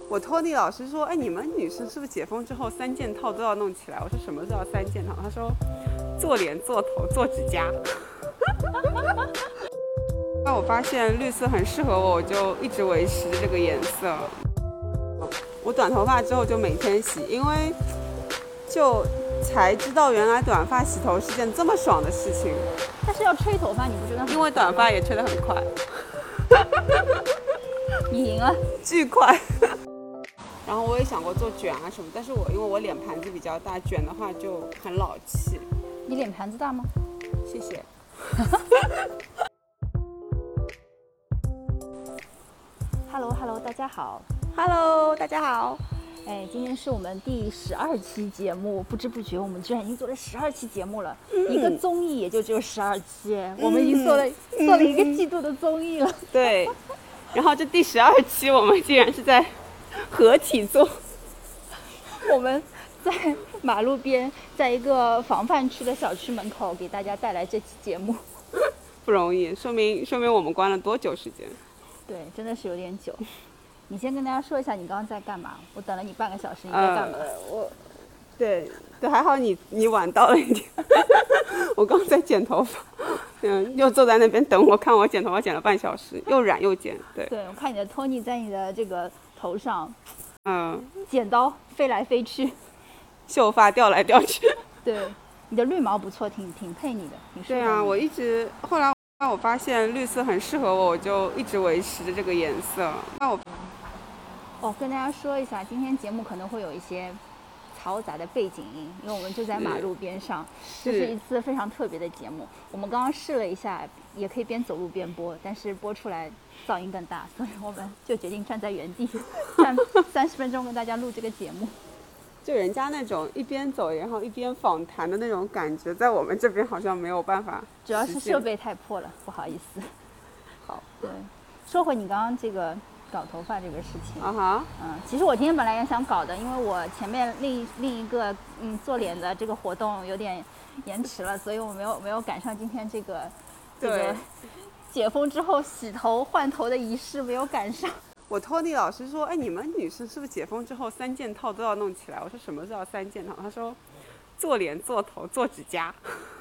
我托尼老师说，哎，你们女生是不是解封之后3件套都要弄起来？我说什么叫3件套？他说做脸、做头、做指甲。那我发现绿色很适合我，我就一直维持这个颜色。我短头发之后就每天洗，因为就才知道原来短发洗头是件这么爽的事情。 但是要吹头发，你不觉得？ 因为短发也吹得很快。 你赢了， 巨快。然后我也想过做卷啊什么，但是因为我脸盘子比较大，卷的话就很老气。 你脸盘子大吗？ 谢谢。 Hello， 大家好。 Hello， 大家好。 哎，今天是我们第12期节目，不知不觉我们居然已经做了12期节目了。一个综艺也就只有12期，我们已经做了一个季度的综艺了。 对。然后这第12期我们竟然是在合体做。 我们在马路边，在一个防范区的小区门口给大家带来这期节目， 不容易，说明我们关了多久时间？ 对，真的是有点久。你先跟大家说一下你刚刚在干嘛？我等了你半个小时，你在干嘛？ 对，还好你晚到了一点。我刚在剪头发，又坐在那边等我，看我剪头发剪了半小时，又染又剪。对， 我看你的托尼在你的这个头上，剪刀飞来飞去， 秀发掉来掉去。对， 你的绿毛不错，挺配你的。 对啊，我一直后来我发现绿色很适合我，我就一直维持这个颜色。 跟大家说一下，今天节目可能会有一些嘈杂的背景音，因为我们就在马路边上，这是一次非常特别的节目。我们刚刚试了一下，也可以边走路边播，但是播出来噪音更大，所以我们就决定站在原地，站30分钟跟大家录这个节目。 就人家那种一边走然后一边访谈的那种感觉，在我们这边好像没有办法。 主要是设备太破了，不好意思。 好， 对，说回你刚刚这个搞头发这个事情其实我今天本来也想搞的，因为我前面另一个做脸的这个活动有点延迟了，所以我没有赶上今天这个解封之后洗头换头的仪式，没有赶上。 我托尼老师说，哎，你们女生是不是解封之后3件套都要弄起来？我说什么叫3件套？他说做脸、做头、做指甲。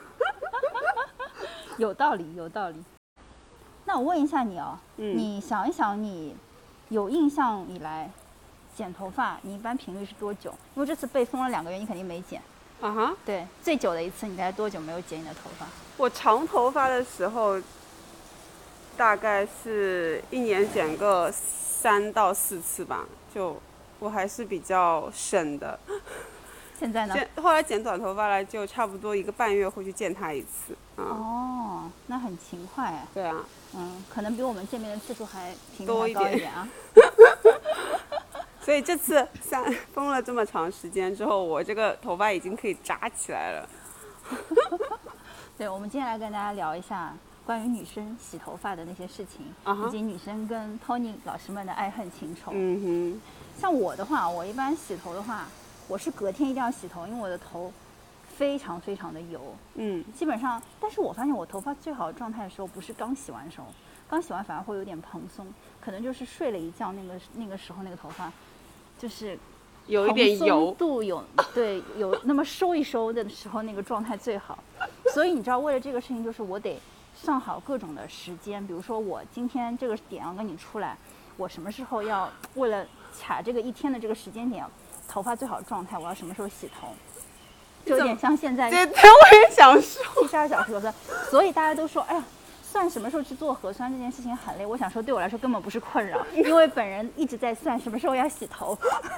有道理。那我问一下你你想一想，你有印象以来剪头发，你一般频率是多久？因为这次被封了2个月，你肯定没剪。对，最久的一次你大概多久没有剪你的头发？ 我长头发的时候，大概是1年剪个3到4次吧，就我还是比较省的。 现在呢？ 后来剪短头发了，就差不多1个半月会去见他1次。 那很勤快哎。 对啊。 可能比我们见面的次数还多一点啊。 所以这次封了这么长时间之后，我这个头发已经可以扎起来了。 对，我们接下来跟大家聊一下关于女生洗头发的那些事情，以及女生跟 Tony 老师们的爱恨情仇。像我的话，我一般洗头的话，我是隔天一定要洗头，因为我的头非常非常的油。基本上，但是我发现我头发最好的状态的时候，不是刚洗完的时候，刚洗完反而会有点蓬松，可能就是睡了一觉那个时候那个头发，就是有一点油度有那么收一收的时候，那个状态最好。所以你知道，为了这个事情，就是我得上好各种的时间，比如说我今天这个点要跟你出来，我什么时候要为了卡这个一天的这个时间点，头发最好的状态，我要什么时候洗头，就有点像现在。 对，我也想说 72小时核酸，所以大家都说，哎呀，算什么时候去做核酸这件事情很累。我想说，对我来说根本不是困扰，因为本人一直在算什么时候要洗头。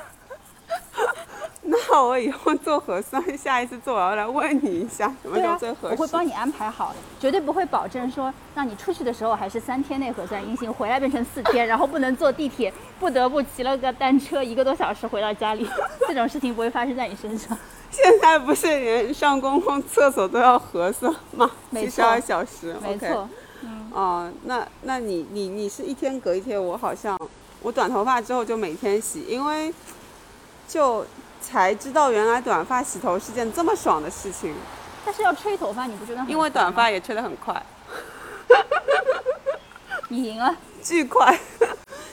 那我以后做核酸，下一次做我要来问你一下什么时候最合适。 我会帮你安排好，绝对不会保证说让你出去的时候还是3天内核酸阴性，回来变成4天，然后不能坐地铁，不得不骑了个单车1个多小时回到家里。这种事情不会发生在你身上。 现在不是连上公共厕所都要核酸吗？72小时。 没错。 那你是一天隔一天，我好像我短头发之后就每天洗，因为就才知道原来短发洗头是件这么爽的事情。 但是要吹头发，你不觉得很？ 因为短发也吹得很快。 你赢了， 巨快。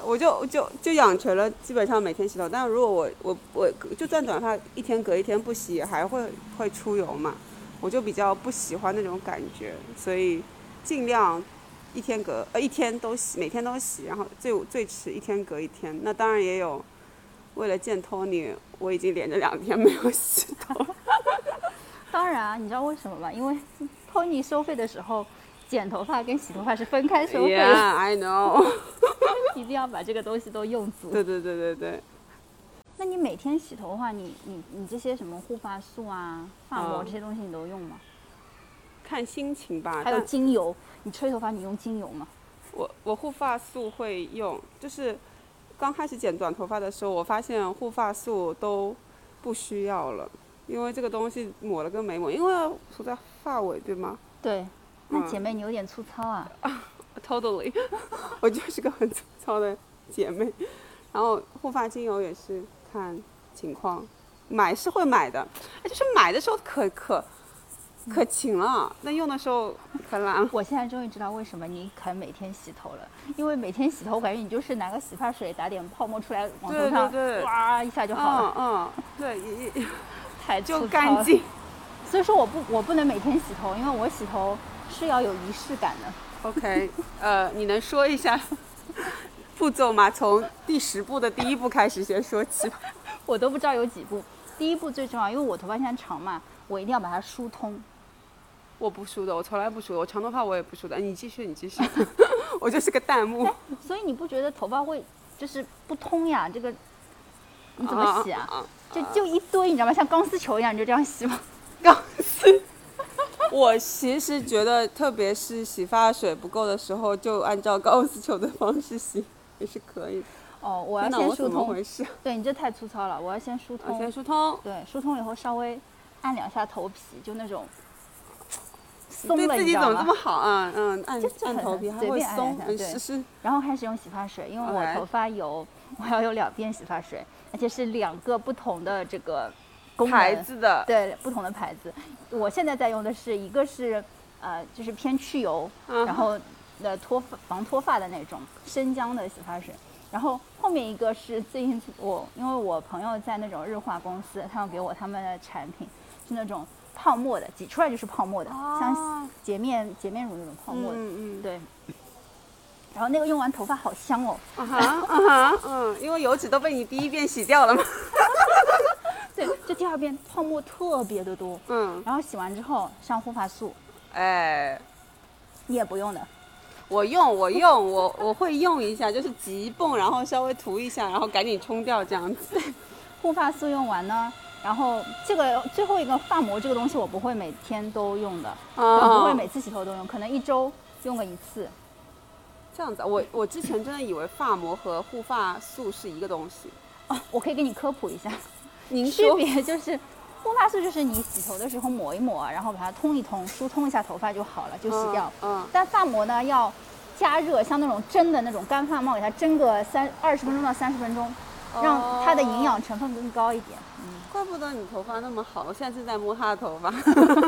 我就养成了基本上每天洗头。但是如果我就算短发一天隔一天不洗，还会出油嘛，我就比较不喜欢那种感觉，所以尽量一天都洗，每天都洗，然后最迟一天隔一天。那当然也有，为了见 Tony， 我已经连着2天没有洗头。 当然，你知道为什么吗？因为 Tony 收费的时候，剪头发跟洗头发是分开收费的。 Yeah, I know 。 一定要把这个东西都用足。 对。 那你每天洗头的话，你这些什么护发素啊、发膜这些东西你都用吗？ 看心情吧。 还有精油，你吹头发你用精油吗？ 我护发素会用，就是刚开始剪短头发的时候，我发现护发素都不需要了，因为这个东西抹了跟没抹，因为涂在发尾，对吗？ 对。那姐妹你有点粗糙啊。 Totally 我就是个很粗糙的姐妹。然后护发精油也是看情况，买是会买的，就是买的时候可勤了，但用的时候可懒了。 我现在终于知道为什么你肯每天洗头了，因为每天洗头，我感觉你就是拿个洗发水打点泡沫出来，往头上哇一下就好了。 对， 太粗糙了， 就干净。 所以说我不能每天洗头，因为我洗头是要有仪式感的。 OK， 你能说一下步骤吗？从第10步的第1步开始先说起吧。 我都不知道有几步。第一步最重要，因为我头发现在长嘛，我一定要把它疏通。 我不梳的，我从来不梳的，我长头发我也不梳的。你继续。我就是个弹幕。 所以你不觉得头发会就是不通呀？这个你怎么洗啊？就一堆，你知道吗？像钢丝球一样，你就这样洗吗？ 钢丝。我其实觉得，特别是洗发水不够的时候，就按照钢丝球的方式洗也是可以。 哦，我要先疏通。 怎么回事？ 对，你这太粗糙了，我要先疏通。 先疏通。 对，疏通以后稍微按2下头皮，就那种松了， 对自己怎么这么好啊？按头皮还会松， 对。然后开始用洗发水，因为我头发我要有2遍洗发水，而且是2个不同的这个牌子的， 对，不同的牌子。我现在在用的是一个是就是偏去油，然后防脱发的那种生姜的洗发水。然后后面一个是最近因为我朋友在那种日化公司，他们给我他们的产品是那种泡沫的，挤出来就是泡沫的，像洁面乳那种泡沫的，对。然后那个用完头发好香哦。 因为油脂都被你第1遍洗掉了嘛。 对，这第2遍泡沫特别的多。然后洗完之后上护发素。你也不用的。 我用，我会用一下，就是挤一泵，然后稍微涂一下，然后赶紧冲掉这样子。 护发素用完呢，然后这个最后一个发膜这个东西我不会每天都用的，不会每次洗头都用，可能1周用个1次。 这样子，我之前真的以为发膜和护发素是一个东西。 我可以给你科普一下。 您说。 区别就是护发素就是你洗头的时候抹一抹，然后把它通一通，疏通一下头发就好了，就洗掉。但发膜呢要加热，像那种蒸的那种干发帽，给它蒸个20分钟到30分钟，让它的营养成分更高一点。 怪不得你头发那么好，我现在正在摸他的头发。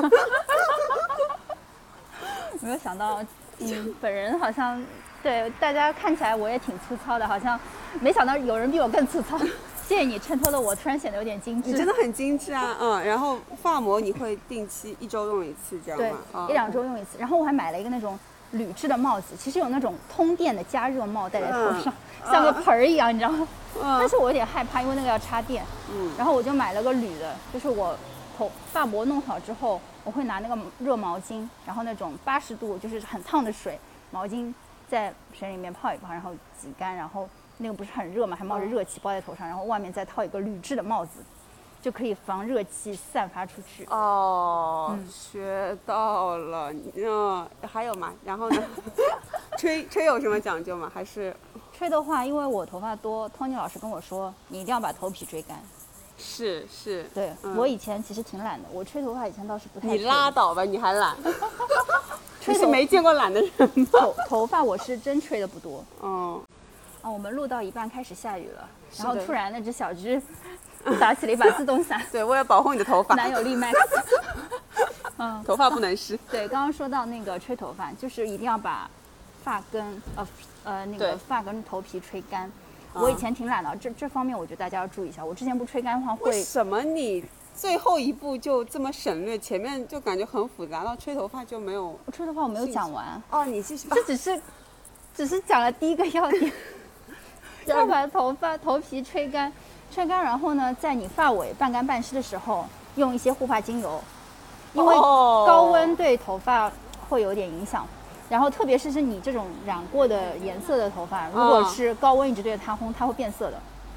没有想到，本人好像对大家看起来我也挺粗糙的，好像没想到有人比我更粗糙。谢谢你衬托的我突然显得有点精致。 你真的很精致啊。然后发膜你会定期1周用1次这样吗？ 对，1-2周用1次。然后我还买了一个那种铝制的帽子，其实有那种通电的加热帽戴在头上，像个盆儿一样，你知道吗？但是我有点害怕，因为那个要插电。然后我就买了个铝的，就是我发膜弄好之后，我会拿那个热毛巾，然后那种80度就是很烫的水，毛巾在水里面泡一泡，然后挤干，然后那个不是很热嘛，还冒着热气包在头上，然后外面再套一个铝制的帽子，就可以防热气散发出去。 学到了。还有吗？然后呢？吹有什么讲究吗？还是吹的话，因为我头发多，Tony 老师跟我说，你一定要把头皮吹干。 是。 对，我以前其实挺懒的，我吹头发以前倒是不太。 你拉倒吧，你还懒。你是没见过懒的人吗？ 头发我是真吹的不多。我们录到一半开始下雨了，然后突然那只小只打起了一把自动伞。 对，为了保护你的头发。 男友力 max。 头发不能湿。 对，刚刚说到那个吹头发，就是一定要把发根那个发跟头皮吹干。我以前挺懒的，这方面我觉得大家要注意一下。我之前不吹干的话会。 为什么你最后一步就这么省略？前面就感觉很复杂，到吹头发就没有。 吹头发我没有讲完。 哦，你继续吧。 这只是讲了第一个要点，要把头皮吹干，然后呢，在你发尾半干半湿的时候，用一些护发精油，因为高温对头发会有点影响。然后特别是你这种染过的颜色的头发，如果是高温一直对着它烘，它会变色的。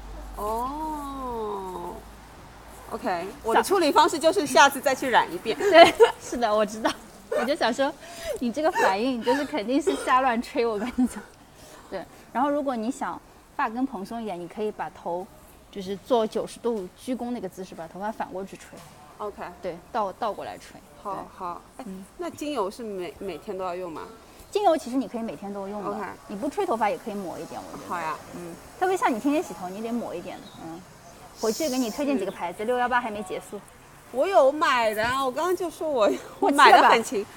哦 ，OK， 我的处理方式就是下次再去染一遍。 对，是的，我知道。我就想说，你这个反应就是肯定是瞎乱吹，我跟你讲。对，然后如果你想发根蓬松一点，你可以把头就是做90度鞠躬那个姿势，把头发反过去吹。 OK， 对，倒过来吹。 好，那精油是每天都要用吗？ 精油其实你可以每天都用的。 Okay. 你不吹头发也可以抹一点，我觉得。 好呀。 特别像你天天洗头，你得抹一点的。回去给你推荐几个牌子，618还没结束。 我有买的，我刚刚就说我买的很勤。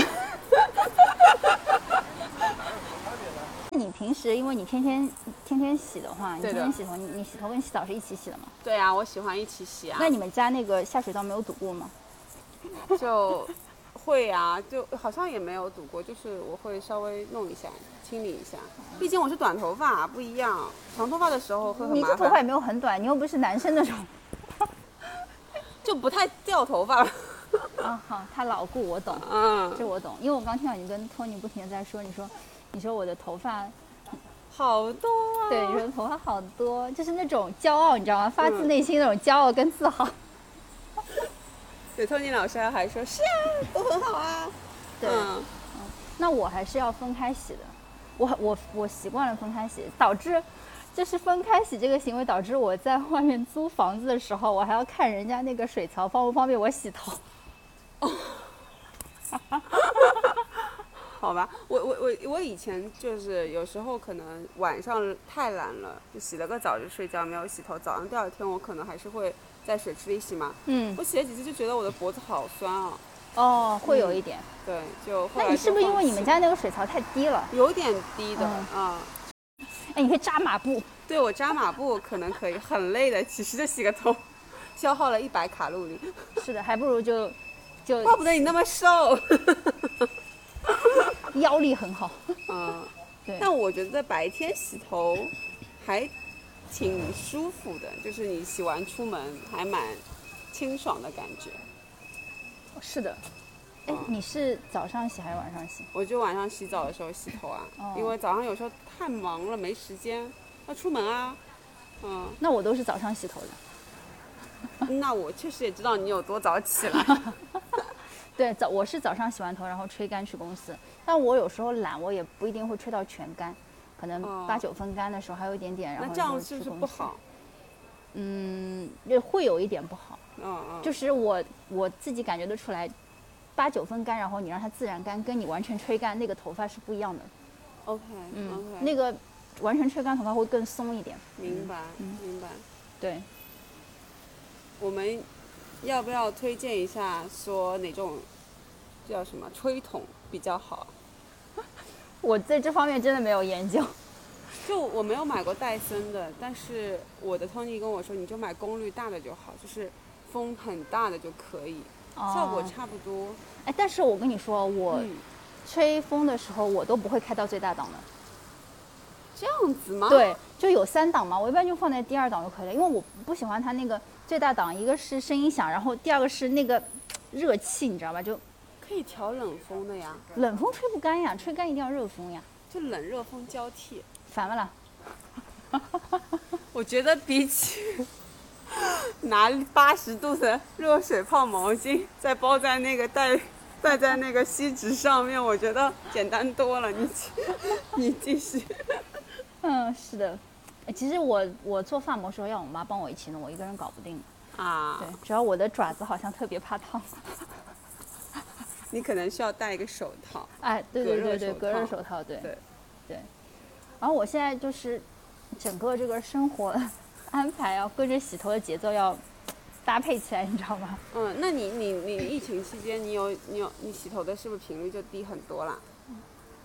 你平时因为你天天洗的话，你天天洗头，你洗头跟洗澡是一起洗的吗？ 对啊，我喜欢一起洗啊。 那你们家那个下水道没有堵过吗？ 就会啊，就好像也没有堵过，就是我会稍微弄一下，清理一下。毕竟我是短头发，不一样。长头发的时候会很麻烦。 你这头发也没有很短，你又不是男生那种， 就不太掉头发了。 好，他牢固，我懂。这我懂，因为我刚听到你跟托尼不停地在说，你说我的头发好多啊。 对，你说头发好多，就是那种骄傲，你知道吗？发自内心那种骄傲跟自豪。 对，托尼老师还说是啊，都很好啊。 对，那我还是要分开洗的。我习惯了分开洗，导致就是分开洗这个行为导致我在外面租房子的时候，我还要看人家那个水槽方不方便我洗头。 好吧，我以前就是有时候可能晚上太懒了，就洗了个澡就睡觉，没有洗头。早上第二天我可能还是会在水池里洗嘛。我洗了几次就觉得我的脖子好酸啊。 会有一点。 对，就后来那你是不是因为你们家那个水槽太低了？ 有点低的你可以扎马步。 对，我扎马步可能可以，很累的，其实就洗个头，消耗了100卡路里。 是的，还不如就怪不得你那么瘦。 腰力很好。对。 但我觉得白天洗头还挺舒服的，就是你洗完出门还蛮清爽的感觉。 是的。你是早上洗还是晚上洗？ 我就晚上洗澡的时候洗头啊，因为早上有时候太忙了没时间，要出门啊。 那我都是早上洗头的。那我确实也知道你有多早起来。 对，我是早上洗完头，然后吹干去公司。但我有时候懒，我也不一定会吹到全干，可能8、9分干的时候还有一点点，然后那这样是不是不好？ 会有一点不好。就是我自己感觉得出来，8、9分干，然后你让它自然干，跟你完全吹干，那个头发是不一样的。 OK， 那个完全吹干头发会更松一点。 明白，明白。 对。 我们要不要推荐一下，说哪种叫什么吹筒比较好？ 我在这方面真的没有研究。 就我没有买过戴森的，但是我的 Tony 跟我说，你就买功率大的就好，就是风很大的就可以，效果差不多。 但是我跟你说，我吹风的时候我都不会开到最大档的。 这样子吗？ 对，就有3档嘛，我一般就放在第2档就可以了，因为我不喜欢它那个最大档，一个是声音响，然后第二个是那个热气，你知道吧？就可以调冷风的呀。 冷风吹不干呀，吹干一定要热风呀。 就冷热风交替。 烦不啦？ 我觉得比起拿80度的热水泡毛巾，再包在那个戴在那个锡纸上面，我觉得简单多了。你继续。 是的。其实我做发膜时候要我妈帮我一起弄，我一个人搞不定啊。对， 主要我的爪子好像特别怕烫。 你可能需要戴一个手套。 对，隔热手套，对。然后我现在就是整个这个生活安排要跟着洗头的节奏要搭配起来，你知道吗？ 那你疫情期间你洗头的是不是频率就低很多啦？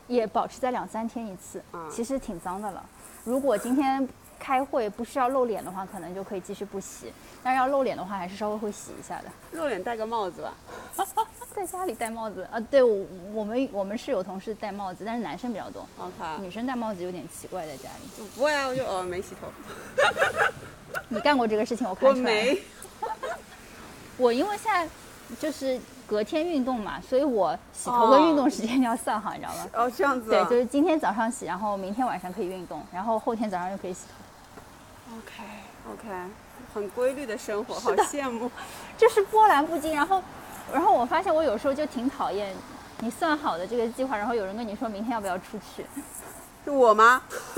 也保持在2-3天一次，其实挺脏的了。如果今天开会不需要露脸的话，可能就可以继续不洗，但是要露脸的话，还是稍微会洗一下的。 露脸戴个帽子吧。 在家里戴帽子啊？对，我们是有同事戴帽子，但是男生比较多。 OK。 女生戴帽子有点奇怪，在家里。 不会啊，我就没洗头。 你干过这个事情，我看出来。 我没。 我因为现在就是隔天运动嘛，所以我洗头跟运动时间要算好，你知道吗？ 哦，这样子。 对，就是今天早上洗，然后明天晚上可以运动，然后后天早上又可以洗头。 OK， 很规律的生活，好羡慕。 就是波澜不惊，然后我发现我有时候就挺讨厌你算好的这个计划，然后有人跟你说明天要不要出去。 是我吗？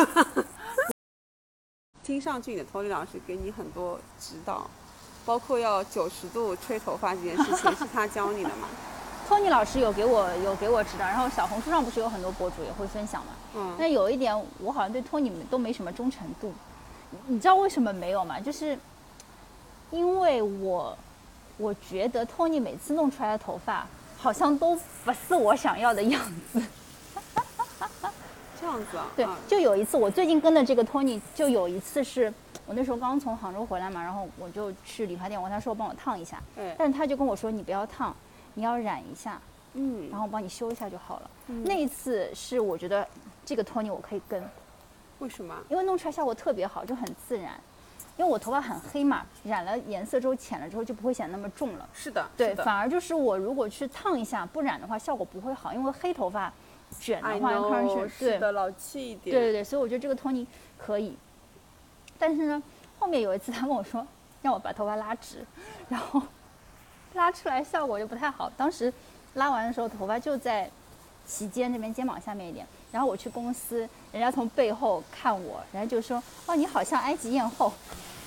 听上去你的Tony老师给你很多指导，包括要90度吹头发这件事情是他教你的吗 ？Tony 老师有给我指导，然后小红书上不是有很多博主也会分享嘛。但有一点我好像对Tony都没什么忠诚度，你知道为什么没有吗？就是因为我觉得Tony每次弄出来的头发好像都不是我想要的样子。 这样子啊？ 对，就有一次我最近跟的这个Tony，就有一次是我那时候刚从杭州回来嘛，然后我就去理发店，我跟他说帮我烫一下，但是他就跟我说你不要烫，你要染一下，然后我帮你修一下就好了。那一次是我觉得这个Tony我可以跟。 为什么？ 因为弄出来效果特别好，就很自然。因为我头发很黑嘛，染了颜色之后浅了之后就不会显得那么重了。 是的， 对，反而就是我如果去烫一下不染的话，效果不会好，因为黑头发卷的话看上去是的老气一点。 对对对，所以我觉得这个Tony可以。但是呢，后面有一次他跟我说让我把头发拉直，然后拉出来效果就不太好。当时拉完的时候头发就在齐肩这边肩膀下面一点，然后我去公司，人家从背后看我，人家就说哦你好像埃及艳后。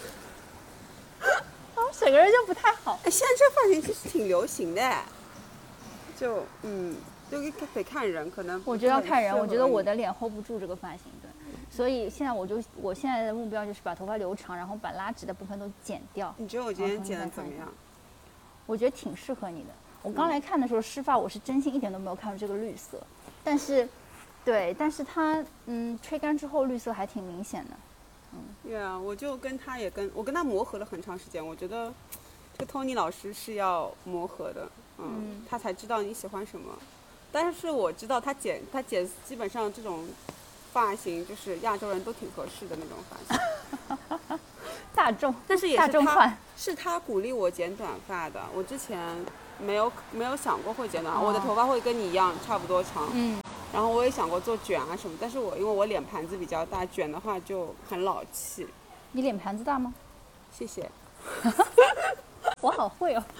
整个人就不太好。 现在这发型其实挺流行的，就得看人，可能我觉得要看人，我觉得我的脸 hold 不住这个发型，对，所以现在我现在的目标就是把头发留长，然后把拉直的部分都剪掉。 你觉得我今天剪的怎么样？ 我觉得挺适合你的。我刚来看的时候湿发，我是真心一点都没有看出这个绿色，但是它吹干之后绿色还挺明显的。 对啊，我跟他磨合了很长时间，我觉得这个Tony老师是要磨合的，他才知道你喜欢什么。但是我知道他剪基本上这种发型就是亚洲人都挺合适的那种发型。 大众， 但是也大众款， 是他鼓励我剪短发的。我之前没有想过会剪短发，我的头发会跟你一样差不多长。然后我也想过做卷啊什么，但是因为我脸盘子比较大，卷的话就很老气。 你脸盘子大吗？ 谢谢。 我好会哦。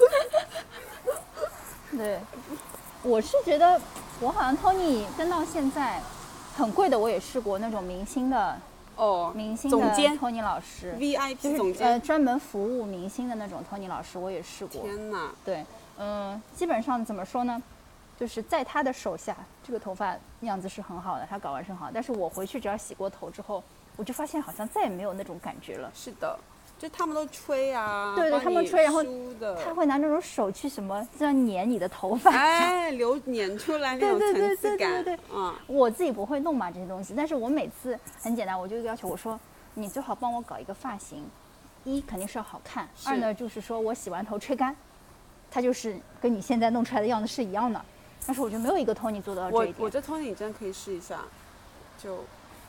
对，我是觉得我好像Tony跟到现在，很贵的我也试过那种明星的总监 Tony老师 VIP 总监， 专门服务明星的那种Tony老师我也试过。 天哪！ 对，基本上怎么说呢？就是在他的手下，这个头发样子是很好的，他搞完是很好。但是我回去只要洗过头之后，我就发现好像再也没有那种感觉了。 是的，就他们都吹啊， 对，他们吹，然后他会拿那种手去什么这样捻你的头发， 捻出来那种层次感。 对，我自己不会弄嘛这些东西，但是我每次很简单，我就要求我说，你最好帮我搞一个发型，一肯定是要好看，二呢就是说我洗完头吹干，它就是跟你现在弄出来的样子是一样的。但是我觉得没有一个Tony做到这一点。 我这Tony你真的可以试一下，就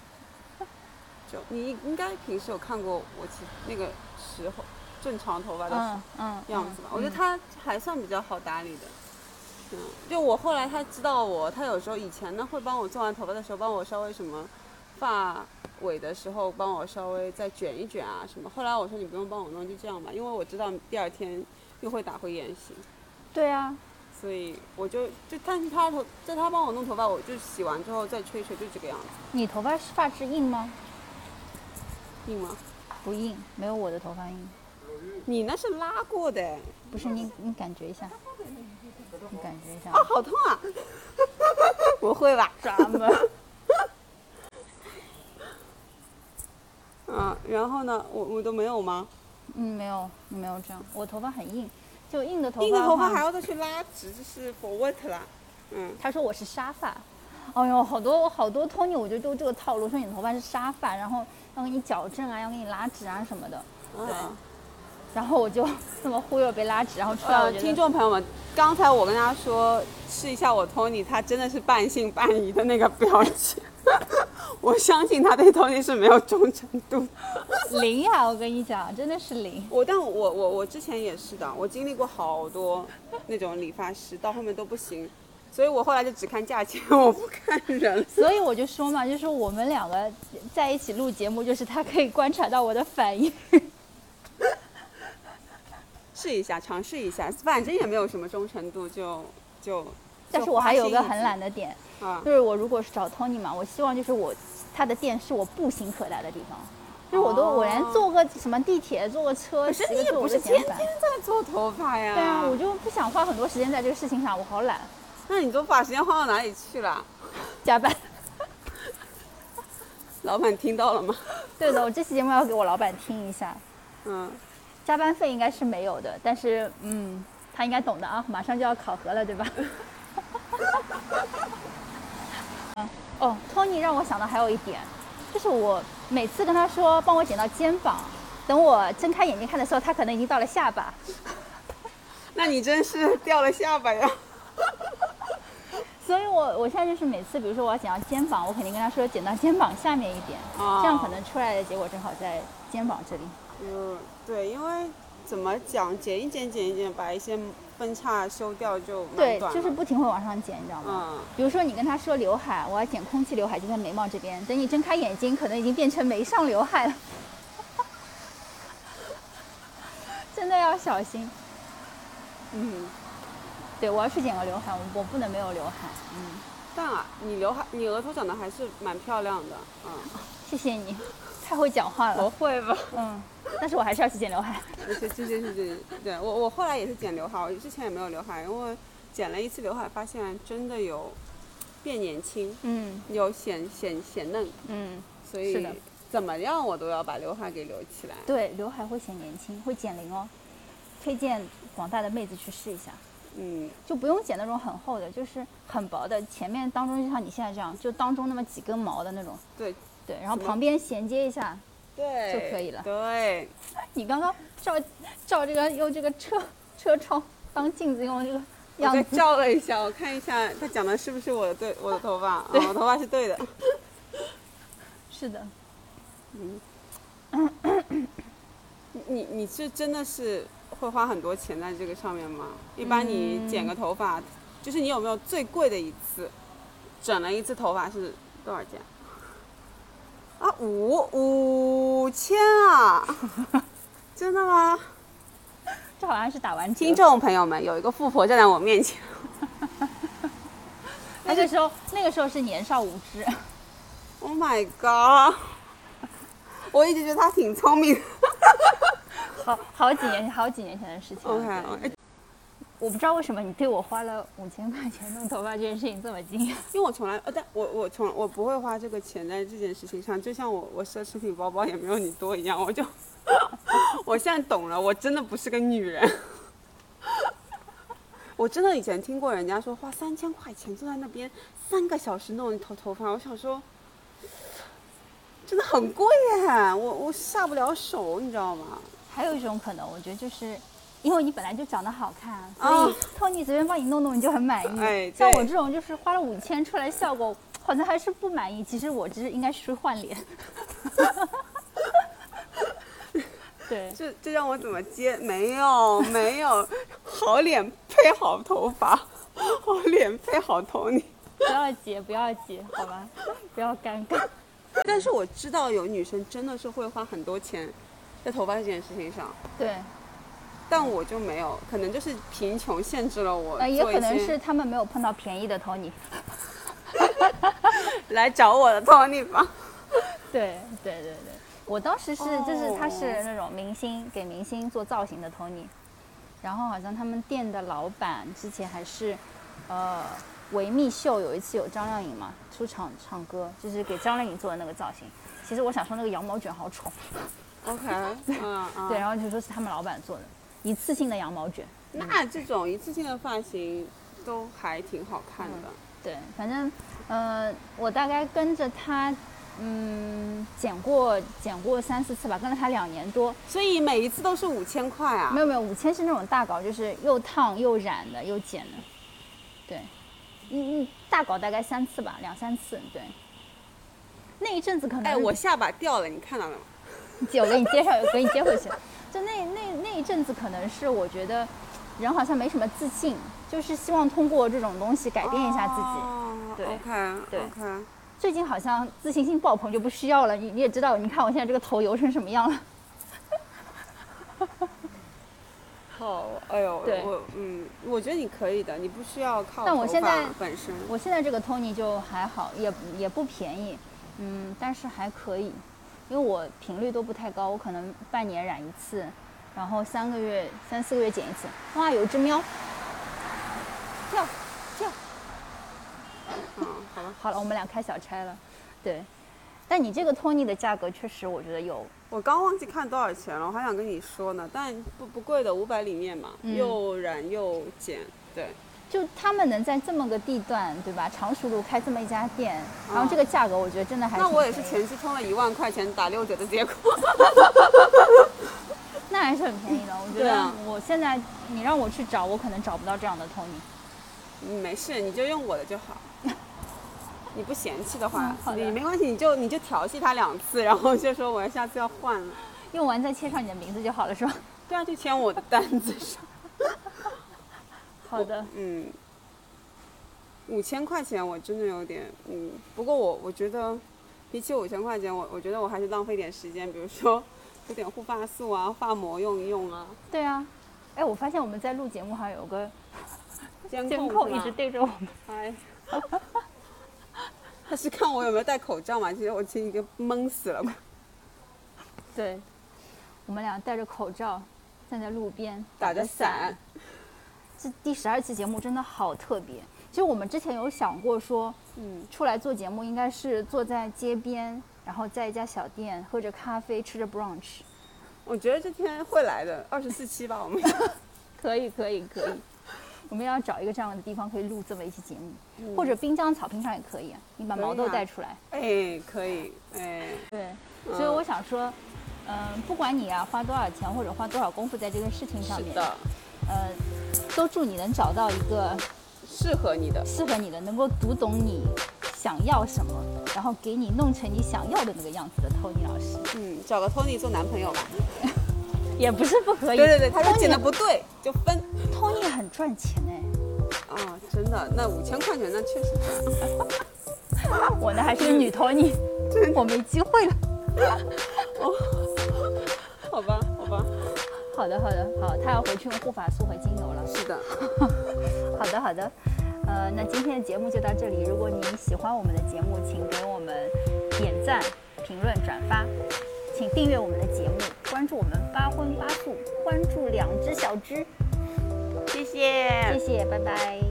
你应该平时有看过我那个时候正常头发的样子吧？我觉得他还算比较好打理的。就我后来他知道我，他有时候以前呢会帮我做完头发的时候，帮我稍微什么发尾的时候帮我稍微再卷一卷啊什么。后来我说你不用帮我弄，就这样吧，因为我知道第二天又会打回原形。 对啊。 所以我但是他帮我弄头发，我就洗完之后再吹一吹，就这个样子。 你头发发质硬吗？ 硬吗？ 不硬，没有我的头发硬。 你那是拉过的。 不是你感觉一下，你感觉一下。 啊，好痛啊！不会吧？ 啥嘛？ 然后呢？我都没有吗？ 没有这样。我头发很硬。就硬的头发， 硬的头发还要再去拉直，这是 for what 啦。 他说我是沙发， 哎呦，好多 Tony， 我觉得就这个套路，说你的头发是沙发，然后要给你矫正啊，要给你拉直啊什么的，对。然后我就这么忽悠被拉直，然后出来。 听众朋友们，刚才我跟他说试一下我 Tony， 他真的是半信半疑的那个表情。我相信他对 Tony 是没有忠诚度， 零呀！我跟你讲，真的是零。 但我之前也是的，我经历过好多那种理发师，到后面都不行。所以我后来就只看价钱，我不看人。 所以我就说嘛，就是我们两个在一起录节目，就是他可以观察到我的反应。 试一下，尝试一下，反正也没有什么忠诚度，就。 但是我还有个很懒的点，就是我如果是找 Tony 嘛，我希望就是他的店是我步行可达的地方，就是我连坐个什么地铁、坐个车， 可是你也不是天天在做头发呀。 对啊，我就不想花很多时间在这个事情上，我好懒。 那你都把时间花到哪里去了？ 加班。 老板听到了吗？ 对的，我这期节目要给我老板听一下。加班费应该是没有的，但是他应该懂的啊，马上就要考核了，对吧？Tony 让我想到还有一点，就是我每次跟他说帮我剪到肩膀，等我睁开眼睛看的时候，他可能已经到了下巴。 那你真是掉了下巴呀！ 所以我现在就是每次，比如说我要剪到肩膀，我肯定跟他说剪到肩膀下面一点，这样可能出来的结果正好在肩膀这里。 对，因为怎么讲，剪一剪，把一些分叉修掉就蛮对， 短了。 就是不停会往上剪，你知道吗？比如说你跟他说刘海，我要剪空气刘海，就在眉毛这边，等你睁开眼睛，可能已经变成眉上刘海了。真的要小心。对，我要去剪个刘海，我不能没有刘海。 但你额头长得还是蛮漂亮的。 谢谢你，太会讲话了。 不会吧？ 但是我还是要去剪刘海。 对，我后来也是剪刘海，我之前也没有刘海，因为剪了一次刘海，发现真的有变年轻，有显嫩，所以怎么样我都要把刘海给留起来。 对，刘海会显年轻，会减龄哦，推荐广大的妹子去试一下。就不用剪那种很厚的，就是很薄的，前面当中就像你现在这样，就当中那么几根毛的那种。对，然后旁边衔接一下， 对， 就可以了。 对， 你刚刚照这个用这个车窗当镜子用这个样子， 我再照了一下，我看一下他讲的是不是我的头发。我头发是对的。 是的。 你是真的是会花很多钱在这个上面吗？一般你剪个头发，就是你有没有最贵的一次整了一次头发是多少钱？5000啊！真的吗？ 这好像是打完折。 听众朋友们，有一个富婆站在我面前。 那个时候是年少无知。 Oh my god！ 我一直觉得他挺聪明的。 好几年前的事情。 OK。 我不知道为什么你对我花了5000块钱弄头发这件事情这么惊讶。 因为我从来，但我不会花这个钱在这件事情上，就像我奢侈品包包也没有你多一样，我现在懂了，我真的不是个女人。我真的以前听过人家说花3000块钱坐在那边3个小时弄一头发，我想说真的很贵耶，我下不了手，你知道吗？ 还有一种可能，我觉得就是因为你本来就长得好看，所以Tony随便帮你弄你就很满意。像我这种就是花了5000出来效果好像还是不满意，其实我这应该是换脸。对， 这让我怎么接？没有，好脸配好头发，好脸配好Tony。 不要接，好吧，不要尴尬。 但是我知道有女生真的是会花很多钱在头发这件事情上。 对。 但我就没有，可能就是贫穷限制了我。 也可能是他们没有碰到便宜的Tony。 来找我的Tony吧。 对，我当时就是他是那种给明星做造型的Tony，然后好像他们店的老板之前还是维密秀有一次有张靓颖嘛出场唱歌，就是给张靓颖做的那个造型。其实我想说那个羊毛卷好丑。 OK。 对，然后就说是他们老板做的一次性的羊毛卷。 那这种一次性的发型都还挺好看的。 对，反正我大概跟着他，剪过3、4次吧，跟了他2年多。 所以每一次都是5000块啊？ 没有5000是那种大稿，就是又烫又染的又剪的。对，大稿大概3次吧，2、3次。对，那一阵子可能我下巴掉了，你看到了吗？ 我给你接上，给你接回去。就那一阵子，可能是我觉得人好像没什么自信，就是希望通过这种东西改变一下自己。对 ，OK。 最近好像自信心爆棚，就不需要了。你也知道，你看我现在这个头油成什么样了。 好，哎呦， 对， 我觉得你可以的，你不需要靠。 但我现在本身， 我现在这个 Tony 就还好，也不便宜，但是还可以。因为我频率都不太高，我可能半年染一次，然后3、4个月剪一次。哇，有一只喵，跳。好了，我们俩开小差了。对，但你这个 Tony 的价格确实，我觉得有。 我刚忘记看多少钱了，我还想跟你说呢，但不贵的，500里面嘛，又染又剪，对。 就他们能在这么个地段，对吧？常熟路开这么一家店，然后这个价格，我觉得真的还是。 那我也是前期充了1万块钱打6折的结果。 那还是很便宜的，我觉得。我现在你让我去找，我可能找不到这样的 Tony。 没事，你就用我的就好。你不嫌弃的话，你没关系，你就调戏他2次，然后就说我下次要换了。 用完再签上你的名字就好了，是吧？ 对啊，就签我的单子上。 好的 ，5000块钱我真的有点不过我觉得比起5000块钱，我觉得我还是浪费点时间，比如说涂点护发素啊，发膜用一用啊。 对啊，我发现我们在录节目还有个监控一直对着我们。 他是看我有没有戴口罩嘛？其实我已经懵死了。 对，我们俩戴着口罩站在路边打着伞。 这第12期节目真的好特别。其实我们之前有想过说，出来做节目应该是坐在街边，然后在一家小店喝着咖啡，吃着 brunch。 我觉得这天会来的，24期吧，我们。 可以。我们要找一个这样的地方，可以录这么一期节目，或者滨江草坪上也可以啊。你把毛豆带出来。 可以。 对，所以我想说，不管你花多少钱或者花多少功夫在这个事情上面， 是的， 都祝你能找到一个适合你的， 能够读懂你想要什么，然后给你弄成你想要的那个样子的 Tony 老师。 找个 Tony 做男朋友吧。 也不是不可以。 对，他说剪的不对就分。 Tony 很赚钱真的，那5000块钱那确实赚。 我呢还是个女 Tony，我没机会了。 好吧。 好的，好，他要回去用护发素和精油了。 是的。 好的。那今天的节目就到这里。如果你喜欢我们的节目，请给我们点赞、评论、转发。请订阅我们的节目，关注我们8荤8素，关注2只小只。 谢谢， 拜拜。